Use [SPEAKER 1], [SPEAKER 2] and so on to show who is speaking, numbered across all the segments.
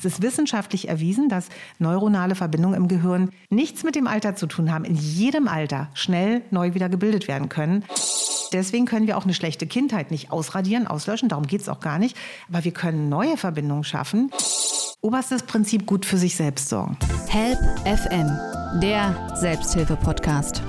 [SPEAKER 1] Es ist wissenschaftlich erwiesen, dass neuronale Verbindungen im Gehirn nichts mit dem Alter zu tun haben, in jedem Alter schnell neu wieder gebildet werden können. Deswegen können wir auch eine schlechte Kindheit nicht ausradieren, auslöschen, darum geht es auch gar nicht. Aber wir können neue Verbindungen schaffen. Oberstes Prinzip, gut für sich selbst sorgen.
[SPEAKER 2] Help FM, der Selbsthilfe-Podcast.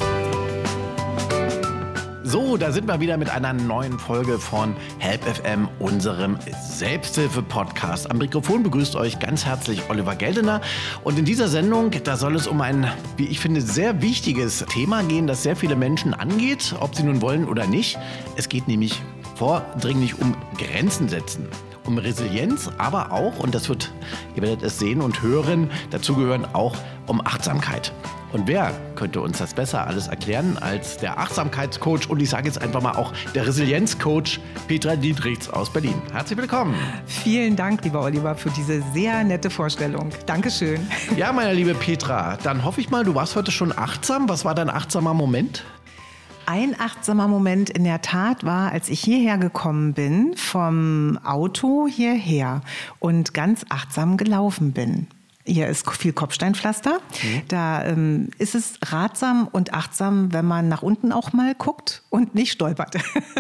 [SPEAKER 3] So, da sind wir wieder mit einer neuen Folge von Help FM, unserem Selbsthilfe-Podcast. Am Mikrofon begrüßt euch ganz herzlich Oliver Geldener. Und in dieser Sendung, da soll es um ein, wie ich finde, sehr wichtiges Thema gehen, das sehr viele Menschen angeht, ob sie nun wollen oder nicht. Es geht nämlich vordringlich um Grenzen setzen. Um Resilienz, aber auch, und das wird, ihr werdet es sehen und hören, dazu gehören auch um Achtsamkeit. Und wer könnte uns das besser alles erklären als der Achtsamkeitscoach und ich sage jetzt einfach mal auch der Resilienzcoach Petra Dietrichs aus Berlin. Herzlich willkommen.
[SPEAKER 1] Vielen Dank, lieber Oliver, für diese sehr nette Vorstellung. Dankeschön.
[SPEAKER 3] Ja, meine liebe Petra, dann hoffe ich mal, du warst heute schon achtsam. Was war dein achtsamer Moment?
[SPEAKER 1] Ein achtsamer Moment in der Tat war, als ich hierher gekommen bin, vom Auto hierher und ganz achtsam gelaufen bin. Hier ist viel Kopfsteinpflaster. Da ist es ratsam und achtsam, wenn man nach unten auch mal guckt und nicht stolpert.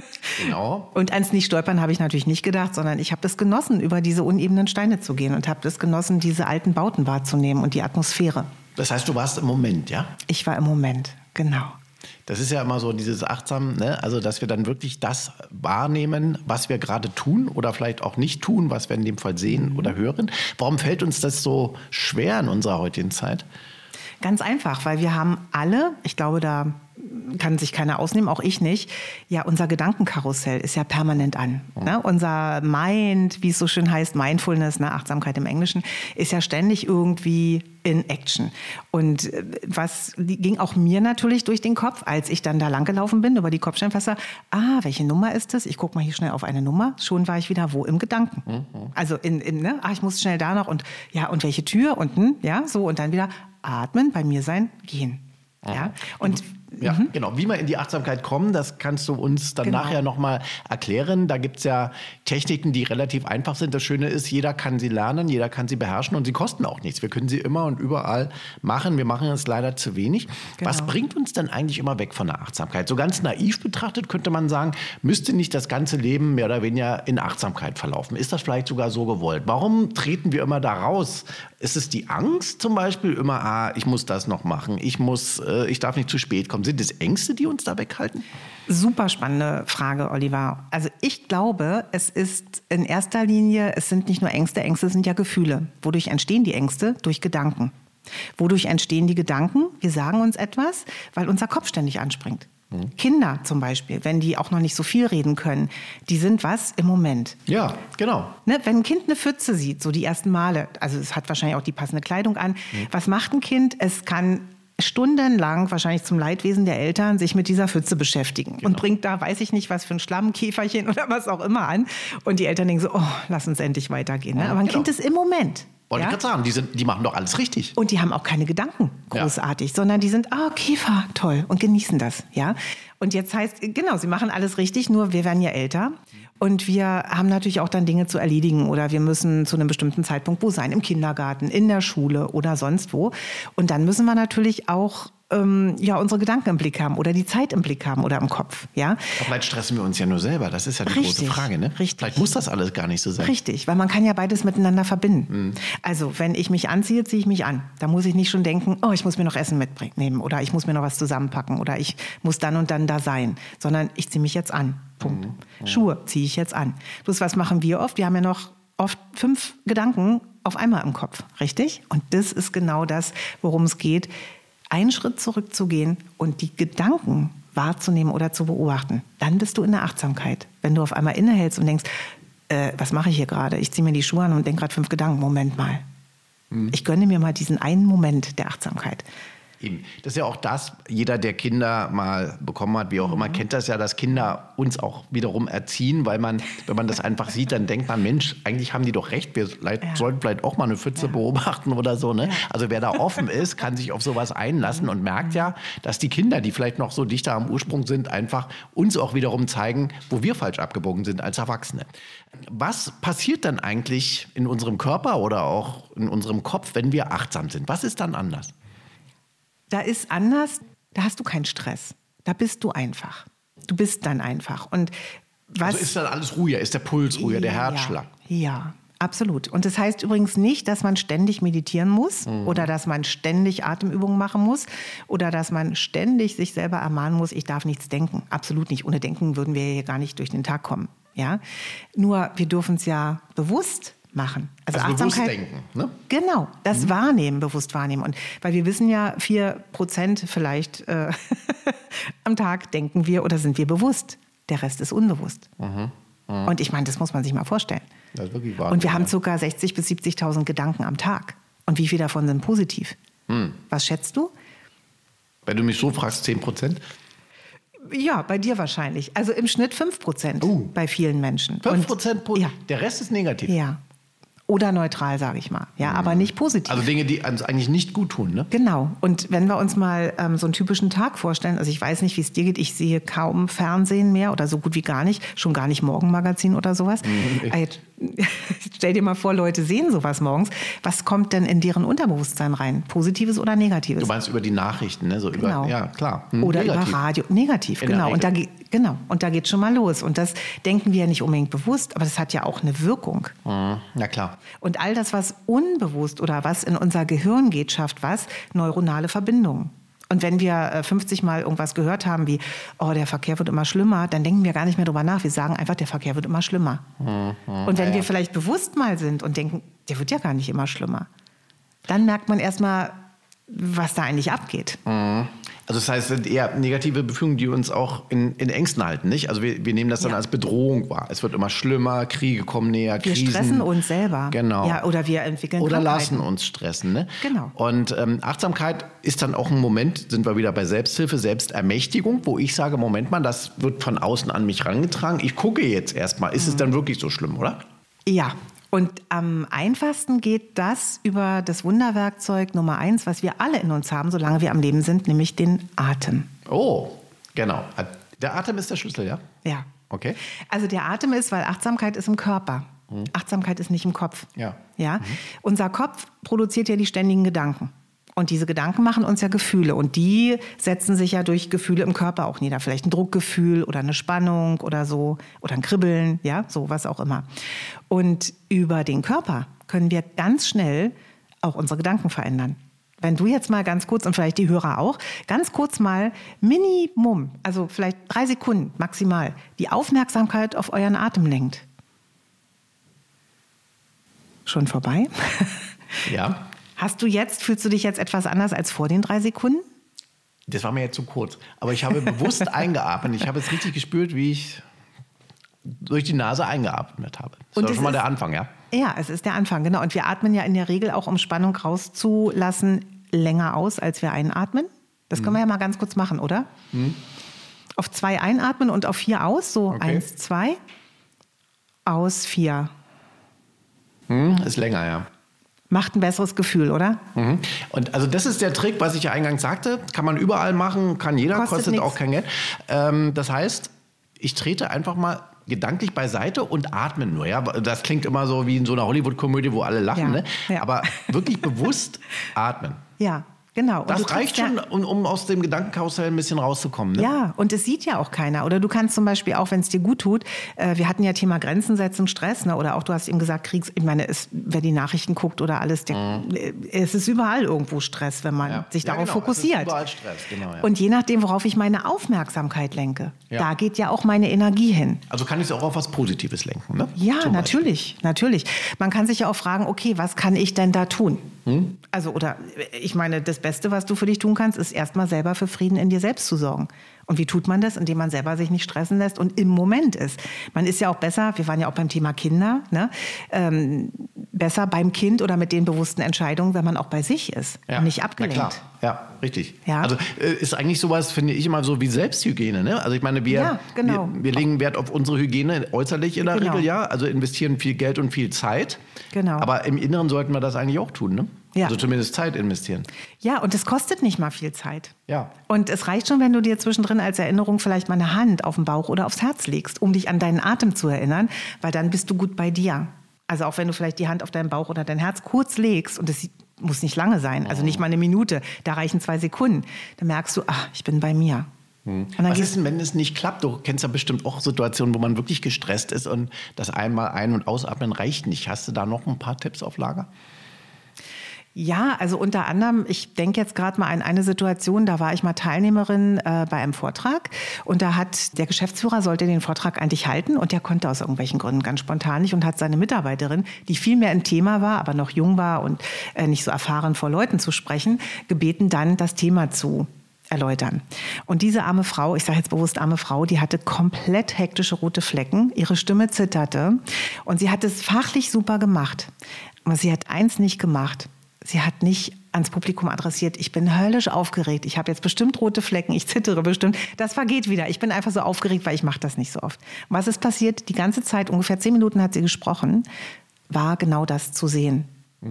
[SPEAKER 3] Genau.
[SPEAKER 1] Und ans Nicht-Stolpern habe ich natürlich nicht gedacht, sondern ich habe das genossen, über diese unebenen Steine zu gehen und habe das genossen, diese alten Bauten wahrzunehmen und die Atmosphäre.
[SPEAKER 3] Das heißt, du warst im Moment, ja?
[SPEAKER 1] Ich war im Moment, genau.
[SPEAKER 3] Das ist ja immer so dieses Achtsam, ne? Also dass wir dann wirklich das wahrnehmen, was wir gerade tun oder vielleicht auch nicht tun, was wir in dem Fall sehen oder hören. Warum fällt uns das so schwer in unserer heutigen Zeit?
[SPEAKER 1] Ganz einfach, weil wir haben alle, ich glaube, da kann sich keiner ausnehmen, auch ich nicht, ja, unser Gedankenkarussell ist ja permanent an. Ne? Unser Mind, wie es so schön heißt, Mindfulness, ne? Achtsamkeit im Englischen, ist ja ständig irgendwie in Action. Und was ging auch mir natürlich durch den Kopf, als ich dann da langgelaufen bin, über die Kopfsteinpflaster, welche Nummer ist das? Ich gucke mal hier schnell auf eine Nummer, schon war ich wieder wo? Im Gedanken. Also ich muss schnell da noch und ja, und welche Tür und ja, so und dann wieder atmen, bei mir sein, gehen. Ja, und
[SPEAKER 3] ja, genau. Wie wir in die Achtsamkeit kommen, das kannst du uns dann nachher nochmal erklären. Da gibt es ja Techniken, die relativ einfach sind. Das Schöne ist, jeder kann sie lernen, jeder kann sie beherrschen und sie kosten auch nichts. Wir können sie immer und überall machen. Wir machen es leider zu wenig. Genau. Was bringt uns denn eigentlich immer weg von der Achtsamkeit? So ganz naiv betrachtet könnte man sagen, müsste nicht das ganze Leben mehr oder weniger in Achtsamkeit verlaufen? Ist das vielleicht sogar so gewollt? Warum treten wir immer da raus? Ist es die Angst zum Beispiel immer, ich muss das noch machen, ich darf nicht zu spät kommen? Sind es Ängste, die uns da weghalten?
[SPEAKER 1] Super spannende Frage, Oliver. Also ich glaube, es ist in erster Linie, es sind nicht nur Ängste, Ängste sind ja Gefühle. Wodurch entstehen die Ängste? Durch Gedanken. Wodurch entstehen die Gedanken? Wir sagen uns etwas, weil unser Kopf ständig anspringt. Kinder zum Beispiel, wenn die auch noch nicht so viel reden können, die sind was im Moment.
[SPEAKER 3] Ja, genau.
[SPEAKER 1] Ne, wenn ein Kind eine Pfütze sieht, so die ersten Male, also es hat wahrscheinlich auch die passende Kleidung an, was macht ein Kind? Es kann stundenlang, wahrscheinlich zum Leidwesen der Eltern, sich mit dieser Pfütze beschäftigen und bringt da, weiß ich nicht, was für ein Schlammkäferchen oder was auch immer an. Und die Eltern denken so, lass uns endlich weitergehen. Ne? Aber ein Kind ist im Moment.
[SPEAKER 3] Wollte ich gerade sagen, die machen doch alles richtig.
[SPEAKER 1] Und die haben auch keine Gedanken großartig, sondern die sind, Käfer, toll, und genießen das. Ja? Und jetzt heißt, genau, sie machen alles richtig, nur wir werden ja älter. Und wir haben natürlich auch dann Dinge zu erledigen oder wir müssen zu einem bestimmten Zeitpunkt wo sein, im Kindergarten, in der Schule oder sonst wo. Und dann müssen wir natürlich auch unsere Gedanken im Blick haben oder die Zeit im Blick haben oder im Kopf. Ja?
[SPEAKER 3] Aber vielleicht stressen wir uns ja nur selber, das ist ja die große Frage. Ne?
[SPEAKER 1] Richtig.
[SPEAKER 3] Vielleicht muss das alles gar nicht so sein.
[SPEAKER 1] Richtig, weil man kann ja beides miteinander verbinden. Also wenn ich mich anziehe, ziehe ich mich an. Da muss ich nicht schon denken, ich muss mir noch Essen mitnehmen oder ich muss mir noch was zusammenpacken oder ich muss dann und dann da sein, sondern ich ziehe mich jetzt an. Punkt. Schuhe ziehe ich jetzt an. Bloß was machen wir oft? Wir haben ja noch oft 5 Gedanken auf einmal im Kopf, richtig? Und das ist genau das, worum es geht, einen Schritt zurückzugehen und die Gedanken wahrzunehmen oder zu beobachten. Dann bist du in der Achtsamkeit. Wenn du auf einmal innehältst und denkst, was mache ich hier gerade? Ich ziehe mir die Schuhe an und denke gerade 5 Gedanken. Moment mal. Ich gönne mir mal diesen einen Moment der Achtsamkeit.
[SPEAKER 3] Eben. Das ist ja auch das, jeder, der Kinder mal bekommen hat, wie auch immer, kennt das ja, dass Kinder uns auch wiederum erziehen, weil man, wenn man das einfach sieht, dann denkt man, Mensch, eigentlich haben die doch recht, wir sollten vielleicht auch mal eine Pfütze beobachten oder so. Ne? Also wer da offen ist, kann sich auf sowas einlassen und merkt ja, dass die Kinder, die vielleicht noch so dichter am Ursprung sind, einfach uns auch wiederum zeigen, wo wir falsch abgebogen sind als Erwachsene. Was passiert dann eigentlich in unserem Körper oder auch in unserem Kopf, wenn wir achtsam sind? Was ist dann anders?
[SPEAKER 1] Da ist anders, da hast du keinen Stress. Da bist du einfach. Du bist dann einfach. Und was,
[SPEAKER 3] also ist dann alles ruhiger, ist der Puls ruhiger, der Herzschlag?
[SPEAKER 1] Ja, absolut. Und das heißt übrigens nicht, dass man ständig meditieren muss oder dass man ständig Atemübungen machen muss oder dass man ständig sich selber ermahnen muss, ich darf nichts denken. Absolut nicht. Ohne Denken würden wir hier gar nicht durch den Tag kommen. Ja? Nur wir dürfen es ja bewusst machen.
[SPEAKER 3] Also
[SPEAKER 1] Achtsamkeit,
[SPEAKER 3] bewusst denken, ne?
[SPEAKER 1] Genau, das Wahrnehmen, bewusst wahrnehmen. Und weil wir wissen ja, 4% vielleicht am Tag denken wir oder sind wir bewusst. Der Rest ist unbewusst. Und ich meine, das muss man sich mal vorstellen.
[SPEAKER 3] Das ist wirklich wahr.
[SPEAKER 1] Und wir haben ca. 60.000 bis 70.000 Gedanken am Tag. Und wie viele davon sind positiv? Was schätzt du?
[SPEAKER 3] Wenn du mich so fragst, 10%?
[SPEAKER 1] Ja, bei dir wahrscheinlich. Also im Schnitt 5% bei vielen Menschen.
[SPEAKER 3] 5% positiv?
[SPEAKER 1] Ja.
[SPEAKER 3] Der Rest ist negativ?
[SPEAKER 1] Ja. Oder neutral, sage ich mal. Ja, aber nicht positiv.
[SPEAKER 3] Also Dinge, die uns eigentlich nicht gut tun, ne?
[SPEAKER 1] Genau. Und wenn wir uns mal so einen typischen Tag vorstellen, also ich weiß nicht, wie es dir geht, ich sehe kaum Fernsehen mehr oder so gut wie gar nicht, schon gar nicht Morgenmagazin oder sowas. Stell dir mal vor, Leute sehen sowas morgens. Was kommt denn in deren Unterbewusstsein rein? Positives oder Negatives?
[SPEAKER 3] Du meinst über die Nachrichten, ne? So
[SPEAKER 1] genau.
[SPEAKER 3] Über, ja, klar.
[SPEAKER 1] Oder
[SPEAKER 3] negativ.
[SPEAKER 1] über Radio. Negativ, genau. Und da geht schon mal los. Und das denken wir ja nicht unbedingt bewusst, aber das hat ja auch eine Wirkung.
[SPEAKER 3] Na klar.
[SPEAKER 1] Und all das, was unbewusst oder was in unser Gehirn geht, schafft was? Neuronale Verbindungen. Und wenn wir 50 Mal irgendwas gehört haben wie, oh, der Verkehr wird immer schlimmer, dann denken wir gar nicht mehr drüber nach. Wir sagen einfach, der Verkehr wird immer schlimmer. Und wenn wir vielleicht bewusst mal sind und denken, der wird ja gar nicht immer schlimmer, dann merkt man erstmal, was da eigentlich abgeht.
[SPEAKER 3] Also das heißt, es sind eher negative Befügungen, die uns auch in Ängsten halten, nicht? Also wir nehmen das dann als Bedrohung wahr. Es wird immer schlimmer, Kriege kommen näher,
[SPEAKER 1] wir
[SPEAKER 3] Krisen.
[SPEAKER 1] Wir stressen uns selber.
[SPEAKER 3] Genau.
[SPEAKER 1] Ja, oder wir entwickeln
[SPEAKER 3] oder
[SPEAKER 1] Krankheiten.
[SPEAKER 3] lassen uns stressen. Ne?
[SPEAKER 1] Genau.
[SPEAKER 3] Und Achtsamkeit ist dann auch ein Moment, sind wir wieder bei Selbsthilfe, Selbstermächtigung, wo ich sage, Moment mal, das wird von außen an mich herangetragen. Ich gucke jetzt erstmal, ist es dann wirklich so schlimm, oder?
[SPEAKER 1] Ja. Und am einfachsten geht das über das Wunderwerkzeug Nummer 1, was wir alle in uns haben, solange wir am Leben sind, nämlich den Atem.
[SPEAKER 3] Oh, genau. Der Atem ist der Schlüssel, ja?
[SPEAKER 1] Ja.
[SPEAKER 3] Okay.
[SPEAKER 1] Also der Atem ist, weil Achtsamkeit ist im Körper. Achtsamkeit ist nicht im Kopf.
[SPEAKER 3] Ja.
[SPEAKER 1] Ja? Unser Kopf produziert ja die ständigen Gedanken. Und diese Gedanken machen uns ja Gefühle. Und die setzen sich ja durch Gefühle im Körper auch nieder. Vielleicht ein Druckgefühl oder eine Spannung oder so. Oder ein Kribbeln, ja, so was auch immer. Und über den Körper können wir ganz schnell auch unsere Gedanken verändern. Wenn du jetzt mal ganz kurz, und vielleicht die Hörer auch, ganz kurz mal Minimum, also vielleicht 3 Sekunden maximal, die Aufmerksamkeit auf euren Atem lenkt. Schon vorbei?
[SPEAKER 3] Ja.
[SPEAKER 1] Fühlst du dich jetzt etwas anders als vor den 3 Sekunden?
[SPEAKER 3] Das war mir jetzt zu kurz. Aber ich habe bewusst eingeatmet. Ich habe jetzt richtig gespürt, wie ich durch die Nase eingeatmet habe. Das war schon mal der Anfang, ja?
[SPEAKER 1] Ja, es ist der Anfang, genau. Und wir atmen ja in der Regel auch, um Spannung rauszulassen, länger aus, als wir einatmen. Das können wir ja mal ganz kurz machen, oder? Auf 2 einatmen und auf 4 aus. So
[SPEAKER 3] okay.
[SPEAKER 1] 1, 2. Aus, 4.
[SPEAKER 3] Ist länger, ja.
[SPEAKER 1] Macht ein besseres Gefühl, oder?
[SPEAKER 3] Und also das ist der Trick, was ich ja eingangs sagte. Kann man überall machen, kann jeder, kostet auch kein Geld. Das heißt, ich trete einfach mal gedanklich beiseite und atme nur. Ja? Das klingt immer so wie in so einer Hollywood-Komödie, wo alle lachen.
[SPEAKER 1] Ja,
[SPEAKER 3] ne?
[SPEAKER 1] ja.
[SPEAKER 3] Aber wirklich bewusst atmen.
[SPEAKER 1] Ja, genau. Und
[SPEAKER 3] das reicht schon, um aus dem Gedankenkarussell ein bisschen rauszukommen. Ne?
[SPEAKER 1] Ja, und es sieht ja auch keiner. Oder du kannst zum Beispiel auch, wenn es dir gut tut, wir hatten ja Thema Grenzen setzen, Stress, ne? Oder auch du hast eben gesagt, ich meine, wer die Nachrichten guckt oder alles, es ist überall irgendwo Stress, wenn man sich darauf fokussiert. Es ist
[SPEAKER 3] überall Stress, genau. Ja.
[SPEAKER 1] Und je nachdem, worauf ich meine Aufmerksamkeit lenke, da geht ja auch meine Energie hin.
[SPEAKER 3] Also kann ich es auch auf was Positives lenken, ne?
[SPEAKER 1] Ja, natürlich. Man kann sich ja auch fragen, okay, was kann ich denn da tun? Also, oder ich meine, das Beste, was du für dich tun kannst, ist erstmal selber für Frieden in dir selbst zu sorgen. Und wie tut man das? Indem man selber sich nicht stressen lässt und im Moment ist. Man ist ja auch besser, wir waren ja auch beim Thema Kinder, ne? besser beim Kind oder mit den bewussten Entscheidungen, wenn man auch bei sich ist und nicht abgelenkt.
[SPEAKER 3] Na klar. Ja, richtig.
[SPEAKER 1] Ja.
[SPEAKER 3] Also ist eigentlich sowas, finde ich, immer so wie Selbsthygiene. Ne? Also ich meine, wir legen Wert auf unsere Hygiene äußerlich in der Regel, ja. Also investieren viel Geld und viel Zeit.
[SPEAKER 1] Genau.
[SPEAKER 3] Aber im Inneren sollten wir das eigentlich auch tun, ne?
[SPEAKER 1] Ja.
[SPEAKER 3] Also zumindest Zeit investieren.
[SPEAKER 1] Ja, und es kostet nicht mal viel Zeit.
[SPEAKER 3] Ja.
[SPEAKER 1] Und es reicht schon, wenn du dir zwischendrin als Erinnerung vielleicht mal eine Hand auf den Bauch oder aufs Herz legst, um dich an deinen Atem zu erinnern, weil dann bist du gut bei dir. Also auch wenn du vielleicht die Hand auf deinen Bauch oder dein Herz kurz legst, und das muss nicht lange sein, also nicht mal eine Minute, da reichen 2 Sekunden, dann merkst du, ich bin bei mir. Und dann
[SPEAKER 3] Was ist denn, wenn es nicht klappt? Du kennst ja bestimmt auch Situationen, wo man wirklich gestresst ist und das einmal ein- und ausatmen reicht nicht. Hast du da noch ein paar Tipps auf Lager?
[SPEAKER 1] Ja, also unter anderem, ich denke jetzt gerade mal an eine Situation, da war ich mal Teilnehmerin bei einem Vortrag und da hat der Geschäftsführer sollte den Vortrag eigentlich halten und der konnte aus irgendwelchen Gründen ganz spontan nicht und hat seine Mitarbeiterin, die viel mehr im Thema war, aber noch jung war und nicht so erfahren vor Leuten zu sprechen, gebeten, dann das Thema zu erläutern. Und diese arme Frau, ich sage jetzt bewusst arme Frau, die hatte komplett hektische rote Flecken, ihre Stimme zitterte und sie hat es fachlich super gemacht. Aber sie hat eins nicht gemacht. Sie hat nicht ans Publikum adressiert, ich bin höllisch aufgeregt, ich habe jetzt bestimmt rote Flecken, ich zittere bestimmt. Das vergeht wieder. Ich bin einfach so aufgeregt, weil ich mache das nicht so oft. Und was ist passiert? Die ganze Zeit, ungefähr 10 Minuten hat sie gesprochen, war genau das zu sehen.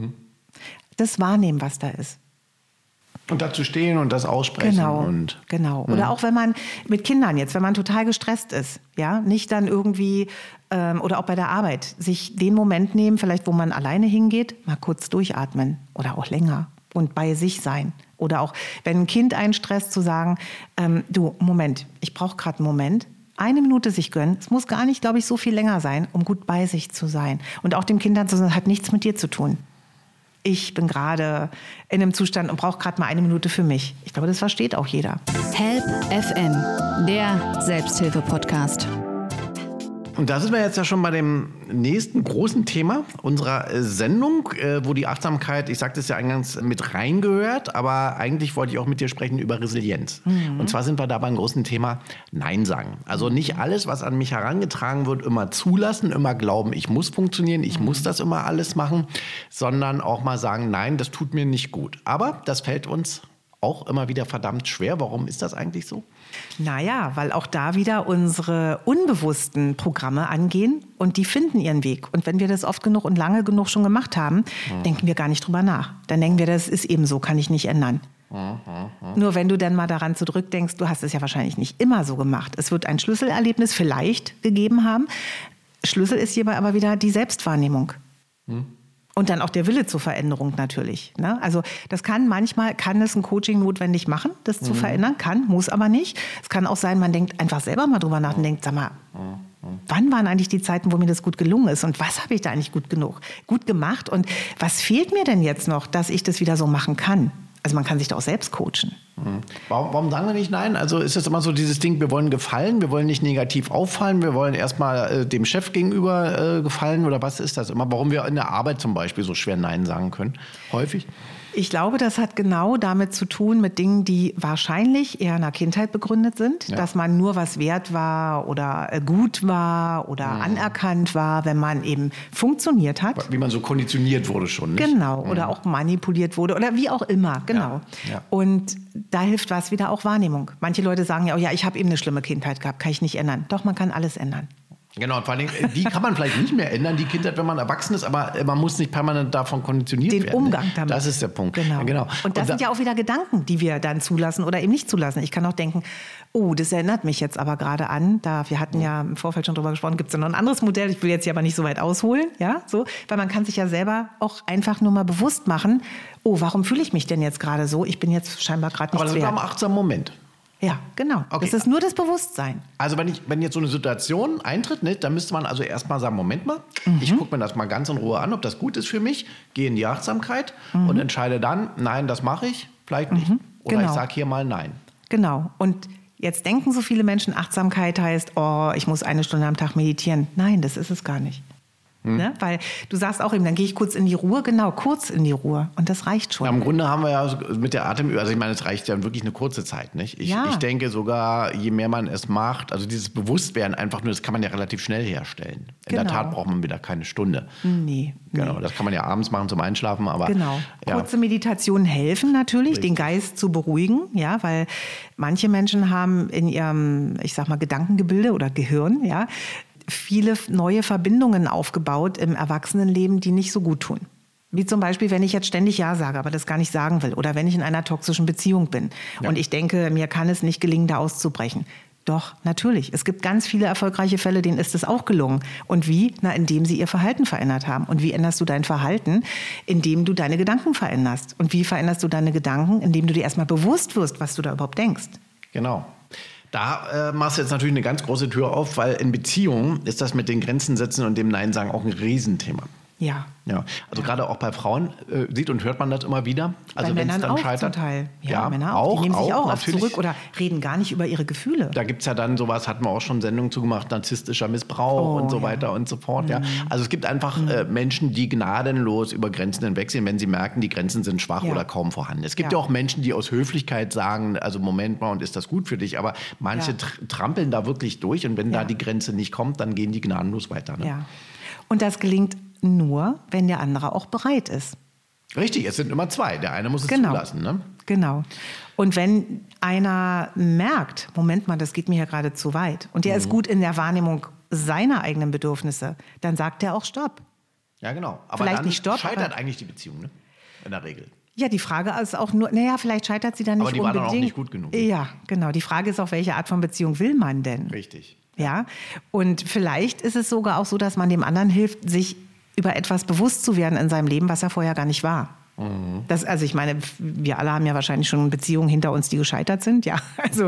[SPEAKER 1] Das Wahrnehmen, was da ist.
[SPEAKER 3] Und dazu stehen und das aussprechen.
[SPEAKER 1] Genau. Oder auch wenn man mit Kindern jetzt, wenn man total gestresst ist, ja, nicht dann irgendwie, oder auch bei der Arbeit, sich den Moment nehmen, vielleicht wo man alleine hingeht, mal kurz durchatmen oder auch länger und bei sich sein. Oder auch, wenn ein Kind einen stresst, zu sagen, du, Moment, ich brauche gerade einen Moment, 1 Minute sich gönnen. Es muss gar nicht, glaube ich, so viel länger sein, um gut bei sich zu sein. Und auch dem Kindern zu sagen, hat nichts mit dir zu tun. Ich bin gerade in einem Zustand und brauche gerade mal 1 Minute für mich. Ich glaube, das versteht auch jeder.
[SPEAKER 2] Help FM, der Selbsthilfe-Podcast.
[SPEAKER 3] Und da sind wir jetzt ja schon bei dem nächsten großen Thema unserer Sendung, wo die Achtsamkeit, ich sagte es ja eingangs, mit reingehört, aber eigentlich wollte ich auch mit dir sprechen über Resilienz. Und zwar sind wir da beim großen Thema Nein sagen. Also nicht alles, was an mich herangetragen wird, immer zulassen, immer glauben, ich muss funktionieren, ich muss das immer alles machen, sondern auch mal sagen, nein, das tut mir nicht gut. Aber das fällt uns auch immer wieder verdammt schwer. Warum ist das eigentlich so?
[SPEAKER 1] Naja, weil auch da wieder unsere unbewussten Programme angehen und die finden ihren Weg. Und wenn wir das oft genug und lange genug schon gemacht haben, denken wir gar nicht drüber nach. Dann denken wir, das ist eben so, kann ich nicht ändern. Nur wenn du dann mal daran zurückdenkst, du hast es ja wahrscheinlich nicht immer so gemacht. Es wird ein Schlüsselerlebnis vielleicht gegeben haben. Schlüssel ist hierbei aber wieder die Selbstwahrnehmung. Und dann auch der Wille zur Veränderung natürlich. Ne? Also manchmal kann es ein Coaching notwendig machen, das zu verändern. Muss aber nicht. Es kann auch sein, man denkt einfach selber mal drüber nach und denkt, sag mal, wann waren eigentlich die Zeiten, wo mir das gut gelungen ist? Und was habe ich da eigentlich gut gemacht? Und was fehlt mir denn jetzt noch, dass ich das wieder so machen kann? Also man kann sich da auch selbst coachen.
[SPEAKER 3] Warum sagen wir nicht nein? Also ist das immer so dieses Ding, wir wollen gefallen, wir wollen nicht negativ auffallen, wir wollen erstmal dem Chef gegenüber gefallen oder was ist das immer? Warum wir in der Arbeit zum Beispiel so schwer nein sagen können, häufig?
[SPEAKER 1] Ich glaube, das hat genau damit zu tun mit Dingen, die wahrscheinlich eher in der Kindheit begründet sind, dass man nur was wert war oder gut war oder anerkannt war, wenn man eben funktioniert hat.
[SPEAKER 3] Wie man so konditioniert wurde schon, nicht?
[SPEAKER 1] Genau, oder auch manipuliert wurde oder wie auch immer, genau.
[SPEAKER 3] Ja.
[SPEAKER 1] Und da hilft was wieder auch Wahrnehmung. Manche Leute sagen ja, ich habe eben eine schlimme Kindheit gehabt, kann ich nicht ändern. Doch, man kann alles ändern.
[SPEAKER 3] Genau, und vor allem, die kann man vielleicht nicht mehr ändern, die Kindheit, wenn man erwachsen ist, aber man muss nicht permanent davon konditioniert werden.
[SPEAKER 1] Den Umgang damit.
[SPEAKER 3] Das ist der Punkt.
[SPEAKER 1] Genau. Und das sind ja auch wieder Gedanken, die wir dann zulassen oder eben nicht zulassen. Ich kann auch denken, das erinnert mich jetzt aber gerade an, wir hatten ja im Vorfeld schon drüber gesprochen, gibt es ja noch ein anderes Modell, ich will jetzt hier aber nicht so weit ausholen, ja, so, weil man kann sich ja selber auch einfach nur mal bewusst machen, warum fühle ich mich denn jetzt gerade so? Ich bin jetzt scheinbar gerade nicht wert.
[SPEAKER 3] Aber das ist ein achtsamer Moment.
[SPEAKER 1] Ja, genau.
[SPEAKER 3] Okay.
[SPEAKER 1] Das ist nur das Bewusstsein.
[SPEAKER 3] Also wenn jetzt so eine Situation eintritt, ne, dann müsste man also erstmal sagen, Moment mal, ich gucke mir das mal ganz in Ruhe an, ob das gut ist für mich, gehe in die Achtsamkeit und entscheide dann, nein, das mache ich, vielleicht nicht. Oder ich sage hier mal nein.
[SPEAKER 1] Genau. Und jetzt denken so viele Menschen, Achtsamkeit heißt, ich muss 1 Stunde am Tag meditieren. Nein, das ist es gar nicht. Ne? Weil du sagst auch eben, dann gehe ich kurz in die Ruhe. Genau, kurz in die Ruhe. Und das reicht schon.
[SPEAKER 3] Ja, im Grunde haben wir ja mit der Atemübung, also ich meine, es reicht ja wirklich eine kurze Zeit, nicht? Ich denke sogar, je mehr man es macht, also dieses Bewusstwerden einfach nur, das kann man ja relativ schnell herstellen. In der Tat braucht man wieder keine Stunde.
[SPEAKER 1] Nee.
[SPEAKER 3] Genau, das kann man ja abends machen zum Einschlafen, aber...
[SPEAKER 1] Genau. Kurze Meditationen helfen natürlich, den Geist zu beruhigen, ja, weil manche Menschen haben in ihrem, ich sag mal, Gedankengebilde oder Gehirn, ja, viele neue Verbindungen aufgebaut im Erwachsenenleben, die nicht so gut tun. Wie zum Beispiel, wenn ich jetzt ständig Ja sage, aber das gar nicht sagen will. Oder wenn ich in einer toxischen Beziehung bin und ich denke, mir kann es nicht gelingen, da auszubrechen. Doch, natürlich. Es gibt ganz viele erfolgreiche Fälle, denen ist es auch gelungen. Und wie? Na, indem sie ihr Verhalten verändert haben. Und wie änderst du dein Verhalten? Indem du deine Gedanken veränderst. Und wie veränderst du deine Gedanken? Indem du dir erstmal bewusst wirst, was du da überhaupt denkst.
[SPEAKER 3] Genau. Da machst du jetzt natürlich eine ganz große Tür auf, weil in Beziehungen ist das mit den Grenzen setzen und dem Nein sagen auch ein Riesenthema.
[SPEAKER 1] Ja.
[SPEAKER 3] Ja, also gerade auch bei Frauen sieht und hört man das immer wieder. Also
[SPEAKER 1] bei
[SPEAKER 3] wenn es
[SPEAKER 1] Männern
[SPEAKER 3] dann
[SPEAKER 1] auch
[SPEAKER 3] scheitert.
[SPEAKER 1] zum Teil.
[SPEAKER 3] Ja,
[SPEAKER 1] Männer auch. Die nehmen sich auch oft
[SPEAKER 3] natürlich
[SPEAKER 1] zurück oder reden gar nicht über ihre Gefühle.
[SPEAKER 3] Da gibt es ja dann sowas, hatten wir auch schon Sendungen zugemacht, narzisstischer Missbrauch und so weiter und so fort. Ja. Also es gibt einfach Menschen, die gnadenlos über Grenzen hinwegsehen, wenn sie merken, die Grenzen sind schwach oder kaum vorhanden. Es gibt ja auch Menschen, die aus Höflichkeit sagen, also Moment mal, und ist das gut für dich? Aber manche trampeln da wirklich durch und wenn da die Grenze nicht kommt, dann gehen die gnadenlos weiter. Ne?
[SPEAKER 1] Ja. Und das gelingt nur, wenn der andere auch bereit ist.
[SPEAKER 3] Richtig, es sind immer zwei. Der eine muss es zulassen. Ne?
[SPEAKER 1] Genau. Und wenn einer merkt, Moment mal, das geht mir hier gerade zu weit und der ist gut in der Wahrnehmung seiner eigenen Bedürfnisse, dann sagt er auch Stopp.
[SPEAKER 3] Ja, genau. Aber
[SPEAKER 1] vielleicht
[SPEAKER 3] dann
[SPEAKER 1] nicht Stopp,
[SPEAKER 3] scheitert eigentlich die Beziehung, ne? In der Regel.
[SPEAKER 1] Ja, die Frage ist auch nur, vielleicht scheitert sie dann nicht
[SPEAKER 3] unbedingt. Aber die war dann auch nicht
[SPEAKER 1] unbedingt.
[SPEAKER 3] gut genug.
[SPEAKER 1] Ja, genau. Die Frage ist auch, welche Art von Beziehung will man denn?
[SPEAKER 3] Richtig.
[SPEAKER 1] Ja, und vielleicht ist es sogar auch so, dass man dem anderen hilft, sich über etwas bewusst zu werden in seinem Leben, was er vorher gar nicht war. Also ich meine, wir alle haben ja wahrscheinlich schon Beziehungen hinter uns, die gescheitert sind, ja. Also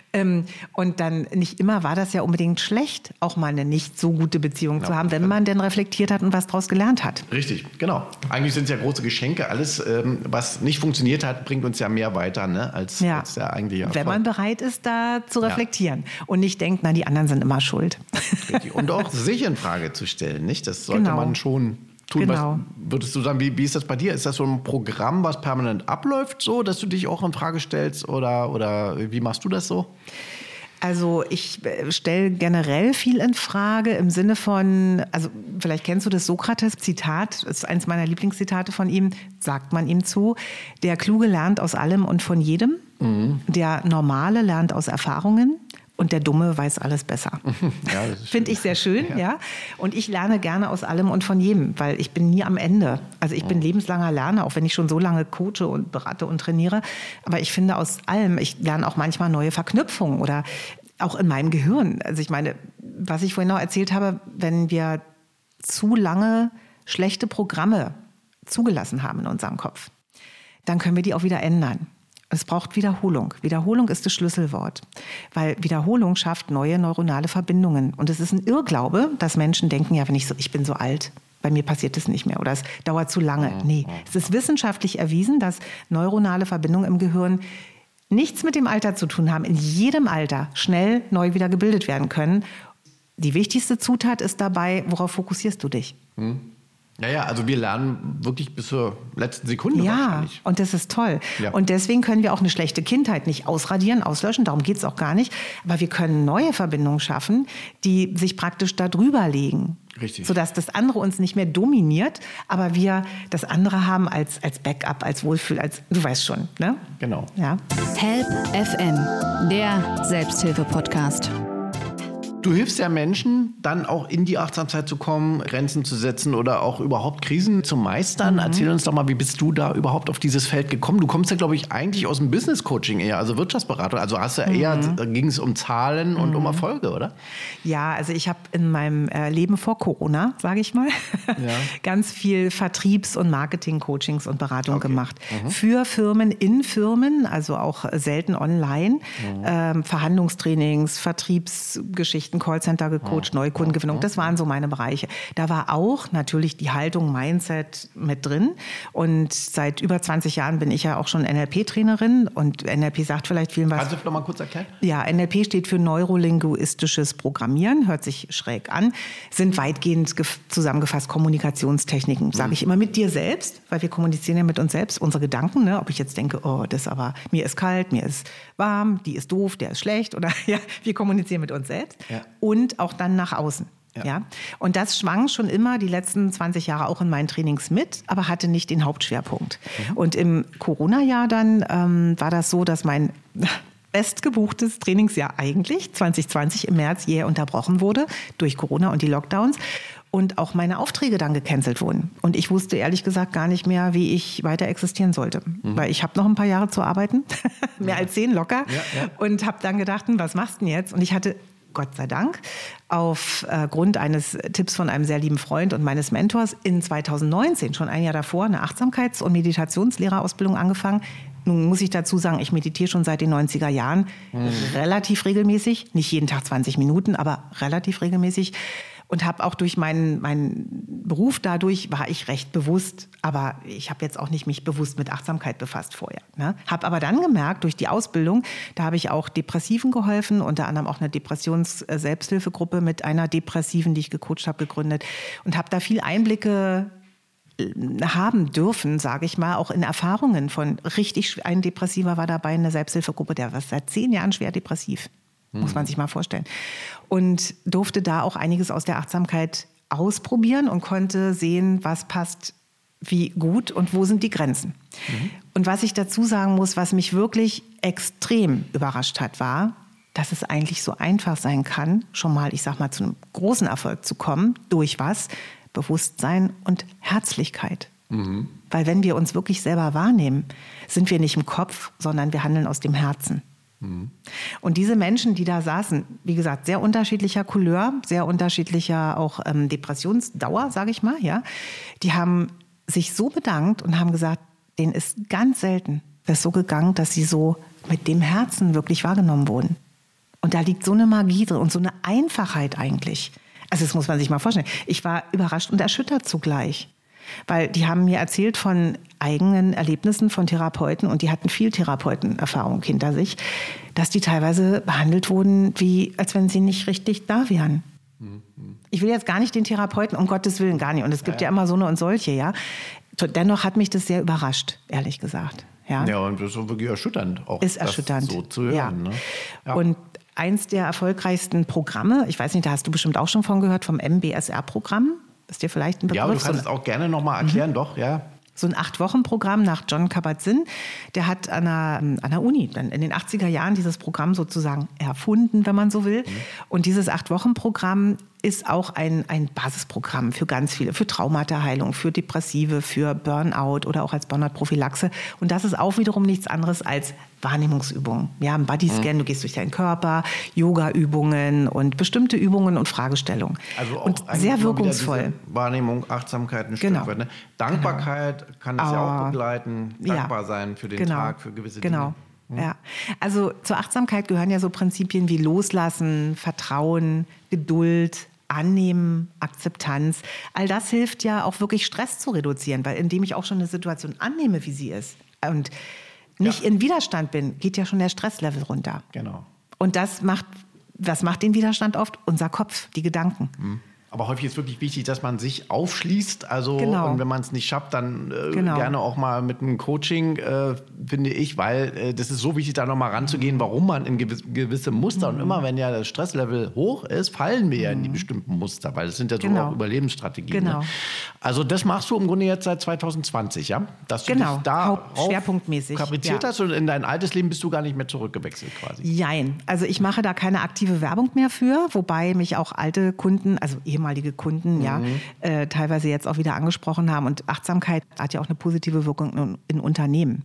[SPEAKER 1] und dann nicht immer war das ja unbedingt schlecht, auch mal eine nicht so gute Beziehung zu haben, wenn man denn reflektiert hat und was daraus gelernt hat.
[SPEAKER 3] Richtig, genau. Eigentlich sind es ja große Geschenke. Alles, was nicht funktioniert hat, bringt uns ja mehr weiter, ne, als der eigentliche Erfolg.
[SPEAKER 1] Wenn man bereit ist, da zu reflektieren und nicht denkt, na, die anderen sind immer schuld.
[SPEAKER 3] Richtig. Und auch sich in Frage zu stellen, nicht? Das sollte man schon tun.
[SPEAKER 1] Genau.
[SPEAKER 3] Was würdest du sagen, wie ist das bei dir? Ist das so ein Programm, was permanent abläuft, so, dass du dich auch in Frage stellst? Oder wie machst du das so?
[SPEAKER 1] Also ich stelle generell viel in Frage im Sinne von, also vielleicht kennst du das Sokrates-Zitat, das ist eins meiner Lieblingszitate von ihm, sagt man ihm zu, der Kluge lernt aus allem und von jedem, der Normale lernt aus Erfahrungen, und der Dumme weiß alles besser. Ja, finde ich sehr schön, ja. Und ich lerne gerne aus allem und von jedem, weil ich bin nie am Ende. Also ich bin lebenslanger Lerner, auch wenn ich schon so lange coache und berate und trainiere. Aber ich finde aus allem, ich lerne auch manchmal neue Verknüpfungen oder auch in meinem Gehirn. Also ich meine, was ich vorhin noch erzählt habe, wenn wir zu lange schlechte Programme zugelassen haben in unserem Kopf, dann können wir die auch wieder ändern. Es braucht Wiederholung. Wiederholung ist das Schlüsselwort, weil Wiederholung schafft neue neuronale Verbindungen. Und es ist ein Irrglaube, dass Menschen denken, ja, ich bin so alt, bei mir passiert das nicht mehr oder es dauert zu lange. Nee, es ist wissenschaftlich erwiesen, dass neuronale Verbindungen im Gehirn nichts mit dem Alter zu tun haben, in jedem Alter schnell neu wieder gebildet werden können. Die wichtigste Zutat ist dabei, worauf fokussierst du dich?
[SPEAKER 3] Ja, also wir lernen wirklich bis zur letzten Sekunde wahrscheinlich.
[SPEAKER 1] Ja, und das ist toll.
[SPEAKER 3] Ja.
[SPEAKER 1] Und deswegen können wir auch eine schlechte Kindheit nicht ausradieren, auslöschen, darum geht es auch gar nicht. Aber wir können neue Verbindungen schaffen, die sich praktisch da drüber legen.
[SPEAKER 3] Richtig.
[SPEAKER 1] Sodass das andere uns nicht mehr dominiert, aber wir das andere haben als Backup, als Wohlfühl, du weißt schon, ne?
[SPEAKER 3] Genau.
[SPEAKER 1] Ja.
[SPEAKER 2] Help FM, der Selbsthilfe-Podcast.
[SPEAKER 3] Du hilfst ja Menschen, dann auch in die Achtsamkeit zu kommen, Grenzen zu setzen oder auch überhaupt Krisen zu meistern. Erzähl uns doch mal, wie bist du da überhaupt auf dieses Feld gekommen? Du kommst ja, glaube ich, eigentlich aus dem Business-Coaching eher, also Wirtschaftsberatung. Also hast du eher, ging es um Zahlen und um Erfolge, oder?
[SPEAKER 1] Ja, also ich habe in meinem Leben vor Corona, sage ich mal, ganz viel Vertriebs- und Marketing-Coachings und Beratung gemacht. Für Firmen, in Firmen, also auch selten online. Verhandlungstrainings, Vertriebsgeschichten, ein Callcenter gecoacht, Neukundengewinnung. Das waren so meine Bereiche. Da war auch natürlich die Haltung, Mindset mit drin. Und seit über 20 Jahren bin ich ja auch schon NLP-Trainerin. Und NLP sagt vielleicht vielen was.
[SPEAKER 3] Kannst du noch mal kurz erklären?
[SPEAKER 1] Ja, NLP steht für neurolinguistisches Programmieren. Hört sich schräg an. Sind weitgehend zusammengefasst Kommunikationstechniken. Sage ich immer mit dir selbst, weil wir kommunizieren ja mit uns selbst. Unsere Gedanken, ne? Ob ich jetzt denke, oh, das aber, mir ist kalt, mir ist warm, die ist doof, der ist schlecht. Oder ja, wir kommunizieren mit uns selbst. Ja. Und auch dann nach außen. Ja. Und das schwang schon immer die letzten 20 Jahre auch in meinen Trainings mit, aber hatte nicht den Hauptschwerpunkt. Und im Corona-Jahr dann war das so, dass mein bestgebuchtes Trainingsjahr eigentlich 2020 im März jäh unterbrochen wurde durch Corona und die Lockdowns. Und auch meine Aufträge dann gecancelt wurden. Und ich wusste ehrlich gesagt gar nicht mehr, wie ich weiter existieren sollte. Weil ich habe noch ein paar Jahre zu arbeiten, mehr als 10 locker. Ja. Und habe dann gedacht, was machst du denn jetzt? Und ich hatte Gott sei Dank, aufgrund eines Tipps von einem sehr lieben Freund und meines Mentors in 2019, schon ein Jahr davor, eine Achtsamkeits- und Meditationslehrerausbildung angefangen. Nun muss ich dazu sagen, ich meditiere schon seit den 90er Jahren relativ regelmäßig, nicht jeden Tag 20 Minuten, aber relativ regelmäßig. Und habe auch durch meinen Beruf dadurch, war ich recht bewusst, aber ich habe jetzt auch nicht mich bewusst mit Achtsamkeit befasst vorher. Ne? Habe aber dann gemerkt, durch die Ausbildung, da habe ich auch Depressiven geholfen, unter anderem auch eine Depressions-Selbsthilfegruppe mit einer Depressiven, die ich gecoacht habe, gegründet und habe da viel Einblicke haben dürfen, sage ich mal, auch in Erfahrungen von richtig, ein Depressiver war dabei in der Selbsthilfegruppe, der war seit 10 Jahren schwer depressiv. Muss man sich mal vorstellen. Und durfte da auch einiges aus der Achtsamkeit ausprobieren und konnte sehen, was passt wie gut und wo sind die Grenzen. Und was ich dazu sagen muss, was mich wirklich extrem überrascht hat, war, dass es eigentlich so einfach sein kann, schon mal, ich sag mal, zu einem großen Erfolg zu kommen, durch was? Bewusstsein und Herzlichkeit. Weil wenn wir uns wirklich selber wahrnehmen, sind wir nicht im Kopf, sondern wir handeln aus dem Herzen. Und diese Menschen, die da saßen, wie gesagt, sehr unterschiedlicher Couleur, sehr unterschiedlicher auch Depressionsdauer, sage ich mal, ja, die haben sich so bedankt und haben gesagt, denen ist ganz selten das so gegangen, dass sie so mit dem Herzen wirklich wahrgenommen wurden. Und da liegt so eine Magie drin und so eine Einfachheit eigentlich. Also das muss man sich mal vorstellen. Ich war überrascht und erschüttert zugleich. Weil die haben mir erzählt von eigenen Erlebnissen von Therapeuten und die hatten viel Therapeutenerfahrung hinter sich, dass die teilweise behandelt wurden, wie als wenn sie nicht richtig da wären. Ich will jetzt gar nicht den Therapeuten, um Gottes Willen gar nicht. Und es gibt ja immer so eine und solche, ja. Dennoch hat mich das sehr überrascht, ehrlich gesagt. Ja,
[SPEAKER 3] und das ist wirklich erschütternd auch.
[SPEAKER 1] Ist erschütternd.
[SPEAKER 3] So zu hören.
[SPEAKER 1] Ja.
[SPEAKER 3] Ne? Ja.
[SPEAKER 1] Und eins der erfolgreichsten Programme, ich weiß nicht, da hast du bestimmt auch schon von gehört, vom MBSR-Programm. Ist dir vielleicht ein Begriff?
[SPEAKER 3] Ja, aber du kannst es auch gerne nochmal erklären, doch, ja.
[SPEAKER 1] So ein 8-Wochen-Programm nach Jon Kabat-Zinn. Der hat an der Uni dann in den 80er Jahren dieses Programm sozusagen erfunden, wenn man so will. Und dieses 8-Wochen-Programm ist auch ein Basisprogramm für ganz viele, für Traumata-Heilung, für Depressive, für Burnout oder auch als Burnout-Prophylaxe. Und das ist auch wiederum nichts anderes als Wahrnehmungsübungen. Ja, ein Bodyscan, du gehst durch deinen Körper, Yoga-Übungen und bestimmte Übungen und Fragestellungen.
[SPEAKER 3] Also auch
[SPEAKER 1] und sehr wirkungsvoll.
[SPEAKER 3] Wahrnehmung, Achtsamkeit, ein Stück weit. Ne? Dankbarkeit kann das ja auch begleiten. Dankbar sein für den Tag, für gewisse Dinge.
[SPEAKER 1] Ja, also zur Achtsamkeit gehören ja so Prinzipien wie Loslassen, Vertrauen, Geduld, Annehmen, Akzeptanz. All das hilft ja auch wirklich Stress zu reduzieren, weil indem ich auch schon eine Situation annehme, wie sie ist und nicht in Widerstand bin, geht ja schon der Stresslevel runter.
[SPEAKER 3] Genau.
[SPEAKER 1] Und das macht den Widerstand oft? Unser Kopf, die Gedanken.
[SPEAKER 3] Aber häufig ist wirklich wichtig, dass man sich aufschließt. Also, und wenn man es nicht schafft, dann gerne auch mal mit einem Coaching, finde ich, weil das ist so wichtig, da nochmal ranzugehen, warum man in gewisse Muster und immer, wenn ja das Stresslevel hoch ist, fallen wir ja in die bestimmten Muster, weil das sind ja so auch Überlebensstrategien.
[SPEAKER 1] Genau.
[SPEAKER 3] Ne? Also das machst du im Grunde jetzt seit 2020, ja? Dass du dich da
[SPEAKER 1] schwerpunktmäßig
[SPEAKER 3] kapriziert hast und in dein altes Leben bist du gar nicht mehr zurückgewechselt quasi.
[SPEAKER 1] Jein. Also ich mache da keine aktive Werbung mehr für, wobei mich auch alte Kunden, also ehemalige Kunden, teilweise jetzt auch wieder angesprochen haben. Und Achtsamkeit hat ja auch eine positive Wirkung in Unternehmen.
[SPEAKER 3] Ja,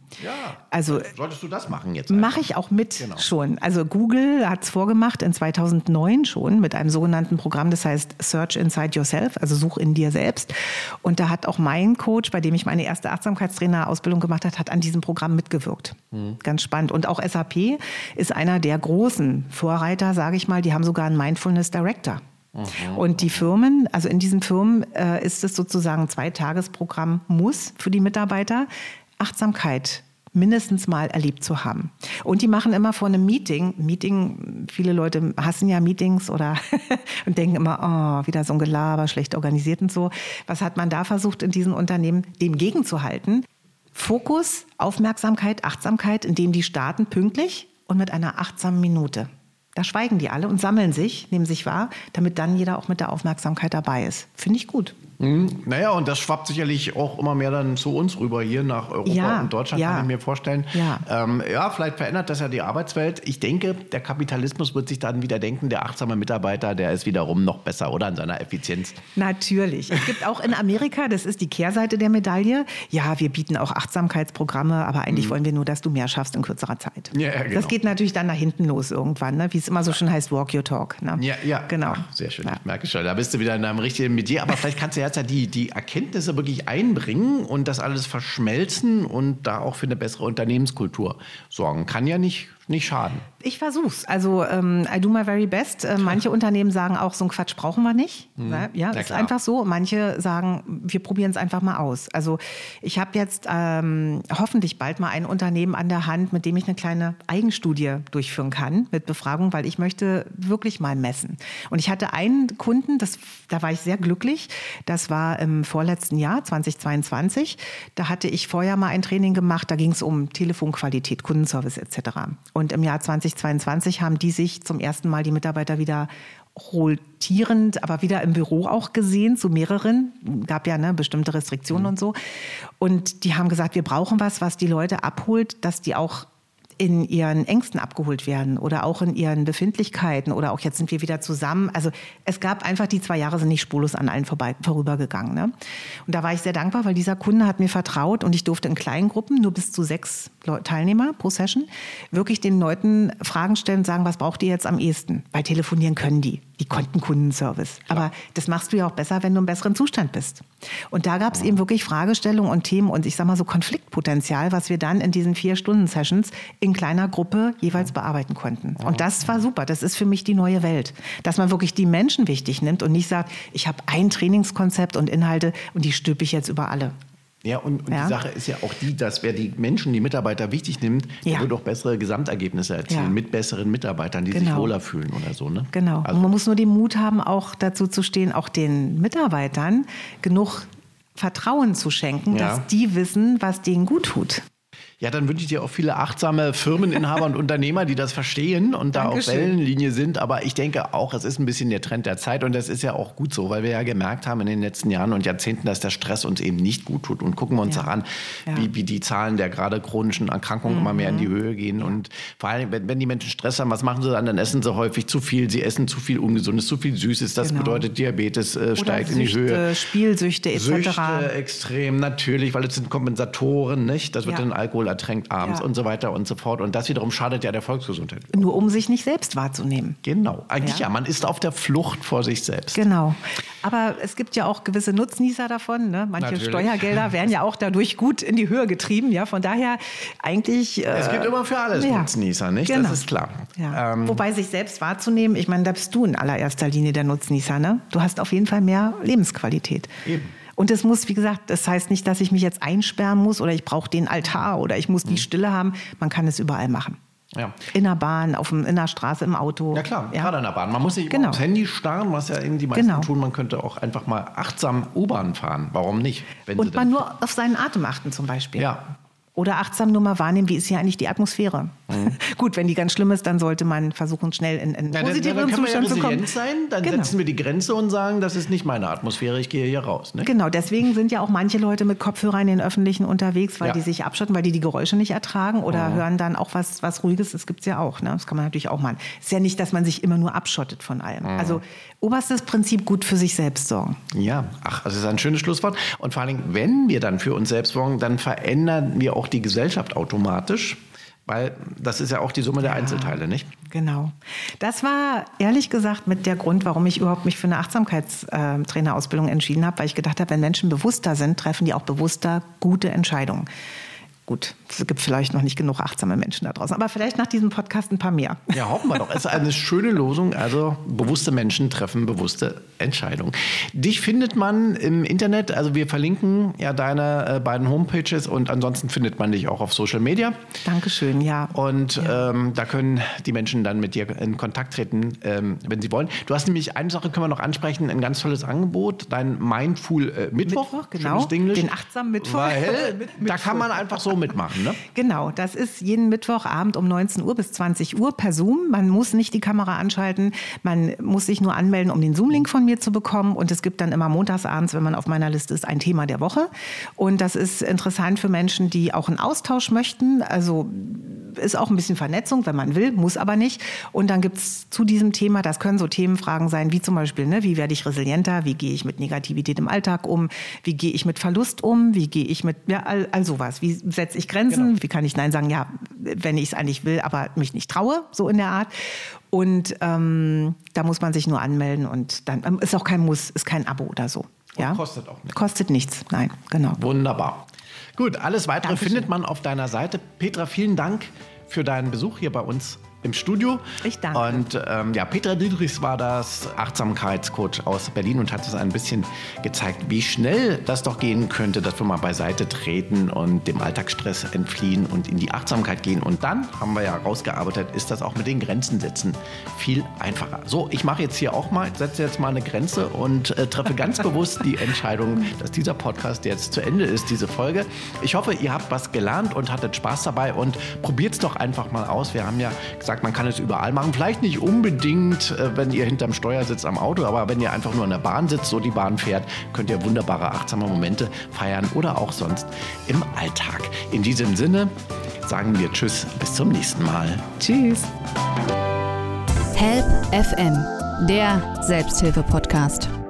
[SPEAKER 1] Also
[SPEAKER 3] solltest du das machen jetzt?
[SPEAKER 1] Mache ich auch mit schon. Also Google hat es vorgemacht in 2009 schon mit einem sogenannten Programm, das heißt Search Inside Yourself, also Such in dir selbst. Und da hat auch mein Coach, bei dem ich meine erste Achtsamkeitstrainer-Ausbildung gemacht habe, hat an diesem Programm mitgewirkt. Ganz spannend. Und auch SAP ist einer der großen Vorreiter, sage ich mal, die haben sogar einen Mindfulness Director. Und die Firmen, also in diesen Firmen ist es sozusagen ein 2-Tages-Programm muss für die Mitarbeiter, Achtsamkeit mindestens mal erlebt zu haben. Und die machen immer vor einem Meeting, viele Leute hassen ja Meetings oder und denken immer, oh, wieder so ein Gelaber, schlecht organisiert und so. Was hat man da versucht in diesen Unternehmen, dem gegenzuhalten? Fokus, Aufmerksamkeit, Achtsamkeit, indem die starten pünktlich und mit einer achtsamen Minute. Da schweigen die alle und sammeln sich, nehmen sich wahr, damit dann jeder auch mit der Aufmerksamkeit dabei ist. Finde ich gut.
[SPEAKER 3] Naja, und das schwappt sicherlich auch immer mehr dann zu uns rüber, hier nach Europa und Deutschland, kann ich mir vorstellen. Ja, vielleicht verändert das ja die Arbeitswelt. Ich denke, der Kapitalismus wird sich dann wieder denken, der achtsame Mitarbeiter, der ist wiederum noch besser, oder, in seiner Effizienz.
[SPEAKER 1] Natürlich. Es gibt auch in Amerika, das ist die Kehrseite der Medaille, ja, wir bieten auch Achtsamkeitsprogramme, aber eigentlich wollen wir nur, dass du mehr schaffst in kürzerer Zeit. Ja, genau. Das geht natürlich dann nach hinten los irgendwann, ne? Wie es immer so schön heißt, walk your talk. Ne?
[SPEAKER 3] Ja,
[SPEAKER 1] genau.
[SPEAKER 3] Ach, sehr schön, ich merke schon. Da bist du wieder in deinem richtigen Metier, aber vielleicht kannst du jetzt ja die Erkenntnisse wirklich einbringen und das alles verschmelzen und da auch für eine bessere Unternehmenskultur sorgen. Kann ja nicht schaden.
[SPEAKER 1] Ich versuch's. Also I do my very best. Manche Unternehmen sagen auch, so einen Quatsch brauchen wir nicht. Ja, ist einfach so. Manche sagen, wir probieren es einfach mal aus. Also ich habe jetzt hoffentlich bald mal ein Unternehmen an der Hand, mit dem ich eine kleine Eigenstudie durchführen kann mit Befragung, weil ich möchte wirklich mal messen. Und ich hatte einen Kunden, da war ich sehr glücklich. Das war im vorletzten Jahr, 2022. Da hatte ich vorher mal ein Training gemacht. Da ging es um Telefonqualität, Kundenservice etc. Und im Jahr 2022 haben die sich zum ersten Mal die Mitarbeiter wieder rotierend, aber wieder im Büro auch gesehen, zu mehreren. Gab ja bestimmte Restriktionen und so. Und die haben gesagt, wir brauchen was die Leute abholt, dass die auch in ihren Ängsten abgeholt werden oder auch in ihren Befindlichkeiten oder auch jetzt sind wir wieder zusammen. Also es gab einfach, die 2 Jahre sind nicht spurlos an allen vorübergegangen. Ne? Und da war ich sehr dankbar, weil dieser Kunde hat mir vertraut und ich durfte in kleinen Gruppen, nur bis zu 6 Teilnehmer pro Session, wirklich den Leuten Fragen stellen und sagen, was braucht ihr jetzt am ehesten? Weil telefonieren können die konnten Kundenservice. Aber das machst du ja auch besser, wenn du im besseren Zustand bist. Und da gab es eben wirklich Fragestellungen und Themen und ich sag mal so Konfliktpotenzial, was wir dann in diesen 4-Stunden-Sessions in kleiner Gruppe jeweils bearbeiten konnten. Und das war super. Das ist für mich die neue Welt. Dass man wirklich die Menschen wichtig nimmt und nicht sagt, ich habe ein Trainingskonzept und Inhalte und die stülpe ich jetzt über alle.
[SPEAKER 3] Ja, und die Sache ist ja auch die, dass wer die Menschen, die Mitarbeiter wichtig nimmt, der wird auch bessere Gesamtergebnisse erzielen mit besseren Mitarbeitern, die sich wohler fühlen oder so. Ne?
[SPEAKER 1] Genau. Also, und man muss nur den Mut haben, auch dazu zu stehen, auch den Mitarbeitern genug Vertrauen zu schenken, dass die wissen, was denen gut tut.
[SPEAKER 3] Ja, dann wünsche ich dir auch viele achtsame Firmeninhaber und Unternehmer, die das verstehen und da auf Wellenlinie sind. Aber ich denke auch, es ist ein bisschen der Trend der Zeit und das ist ja auch gut so, weil wir ja gemerkt haben in den letzten Jahren und Jahrzehnten, dass der Stress uns eben nicht gut tut. Und gucken wir uns auch an, wie die Zahlen der gerade chronischen Erkrankungen immer mehr in die Höhe gehen. Und vor allem, wenn die Menschen Stress haben, was machen sie dann? Dann essen sie häufig zu viel, sie essen zu viel Ungesundes, zu viel Süßes. Das bedeutet, Diabetes steigt in die Höhe.
[SPEAKER 1] Spielsüchte etc.
[SPEAKER 3] Süchte extrem, natürlich, weil es sind Kompensatoren, nicht? Das wird dann Alkohol ertränkt abends und so weiter und so fort. Und das wiederum schadet ja der Volksgesundheit.
[SPEAKER 1] Nur um sich nicht selbst wahrzunehmen.
[SPEAKER 3] Genau. Eigentlich man ist auf der Flucht vor sich selbst.
[SPEAKER 1] Genau. Aber es gibt ja auch gewisse Nutznießer davon. Ne? Manche Steuergelder werden ja auch dadurch gut in die Höhe getrieben. Ja? Von daher eigentlich...
[SPEAKER 3] es gibt immer für alles Nutznießer, nicht?
[SPEAKER 1] Genau.
[SPEAKER 3] Das ist klar.
[SPEAKER 1] Ja. Wobei sich selbst wahrzunehmen, ich meine, da bist du in allererster Linie der Nutznießer. Ne? Du hast auf jeden Fall mehr Lebensqualität. Eben. Und es muss, wie gesagt, das heißt nicht, dass ich mich jetzt einsperren muss oder ich brauche den Altar oder ich muss die Stille haben. Man kann es überall machen. Ja. In der Bahn, in der Straße, im Auto.
[SPEAKER 3] Ja klar, gerade in der Bahn. Man muss nicht immer aufs Handy starren, was ja die meisten tun. Man könnte auch einfach mal achtsam U-Bahn fahren. Warum nicht?
[SPEAKER 1] Und nur auf seinen Atem achten zum Beispiel. Ja. Oder achtsam nur mal wahrnehmen, wie ist hier eigentlich die Atmosphäre. Gut, wenn die ganz schlimm ist, dann sollte man versuchen, schnell in einen positiveren Zustand zu kommen.
[SPEAKER 3] Dann setzen wir die Grenze und sagen, das ist nicht meine Atmosphäre, ich gehe hier raus. Ne?
[SPEAKER 1] Genau, deswegen sind ja auch manche Leute mit Kopfhörern in den Öffentlichen unterwegs, weil die sich abschotten, weil die Geräusche nicht ertragen oder hören dann auch was Ruhiges. Das gibt es ja auch. Ne? Das kann man natürlich auch machen. Es ist ja nicht, dass man sich immer nur abschottet von allem. Also oberstes Prinzip, gut für sich selbst sorgen.
[SPEAKER 3] Ja, das ist ein schönes Schlusswort. Und vor allen Dingen, wenn wir dann für uns selbst sorgen, dann verändern wir auch die Gesellschaft automatisch. Weil das ist ja auch die Summe der Einzelteile, nicht?
[SPEAKER 1] Genau. Das war ehrlich gesagt mit der Grund, warum ich überhaupt mich für eine Achtsamkeitstrainerausbildung entschieden habe, weil ich gedacht habe, wenn Menschen bewusster sind, treffen die auch bewusster gute Entscheidungen. Gut, es gibt vielleicht noch nicht genug achtsame Menschen da draußen, aber vielleicht nach diesem Podcast ein paar mehr.
[SPEAKER 3] Ja, hoffen wir doch. Es ist eine schöne Losung. Also bewusste Menschen treffen bewusste Entscheidungen. Dich findet man im Internet. Also wir verlinken ja deine beiden Homepages und ansonsten findet man dich auch auf Social Media.
[SPEAKER 1] Dankeschön, ja.
[SPEAKER 3] Und da können die Menschen dann mit dir in Kontakt treten, wenn sie wollen. Du hast nämlich eine Sache, können wir noch ansprechen, ein ganz tolles Angebot, dein Mindful Mittwoch.
[SPEAKER 1] Genau, den achtsamen Mittwoch.
[SPEAKER 3] Weil da kann man einfach so mitmachen, ne?
[SPEAKER 1] Genau, das ist jeden Mittwochabend um 19 Uhr bis 20 Uhr per Zoom. Man muss nicht die Kamera anschalten, man muss sich nur anmelden, um den Zoom-Link von mir zu bekommen. Und es gibt dann immer montagsabends, wenn man auf meiner Liste ist, ein Thema der Woche. Und das ist interessant für Menschen, die auch einen Austausch möchten. Also ist auch ein bisschen Vernetzung, wenn man will, muss aber nicht. Und dann gibt es zu diesem Thema, das können so Themenfragen sein, wie zum Beispiel, ne, wie werde ich resilienter, wie gehe ich mit Negativität im Alltag um, wie gehe ich mit Verlust um, wie gehe ich mit, ja, all sowas, wie setze ich Grenzen, wie kann ich Nein sagen, ja, wenn ich es eigentlich will, aber mich nicht traue, so in der Art. Und da muss man sich nur anmelden und dann ist auch kein Muss, ist kein Abo oder so. Ja?
[SPEAKER 3] Kostet auch nichts.
[SPEAKER 1] Kostet nichts, nein, genau.
[SPEAKER 3] Wunderbar. Gut, alles Weitere
[SPEAKER 1] Dankeschön.
[SPEAKER 3] findet man auf deiner Seite. Petra, vielen Dank für deinen Besuch hier bei uns im Studio.
[SPEAKER 1] Ich danke.
[SPEAKER 3] Und Petra Diedrichs war das Achtsamkeitscoach aus Berlin und hat uns ein bisschen gezeigt, wie schnell das doch gehen könnte, dass wir mal beiseite treten und dem Alltagsstress entfliehen und in die Achtsamkeit gehen. Und dann, haben wir ja rausgearbeitet, ist das auch mit den Grenzen setzen viel einfacher. So, ich mache jetzt hier auch mal, setze jetzt mal eine Grenze und treffe ganz bewusst die Entscheidung, dass dieser Podcast jetzt zu Ende ist, diese Folge. Ich hoffe, ihr habt was gelernt und hattet Spaß dabei und probiert es doch einfach mal aus. Wir haben ja gesagt, man kann es überall machen. Vielleicht nicht unbedingt, wenn ihr hinterm Steuer sitzt am Auto, aber wenn ihr einfach nur in der Bahn sitzt, so die Bahn fährt, könnt ihr wunderbare, achtsame Momente feiern oder auch sonst im Alltag. In diesem Sinne sagen wir Tschüss, bis zum nächsten Mal.
[SPEAKER 1] Tschüss.
[SPEAKER 2] Help FM, der Selbsthilfe-Podcast.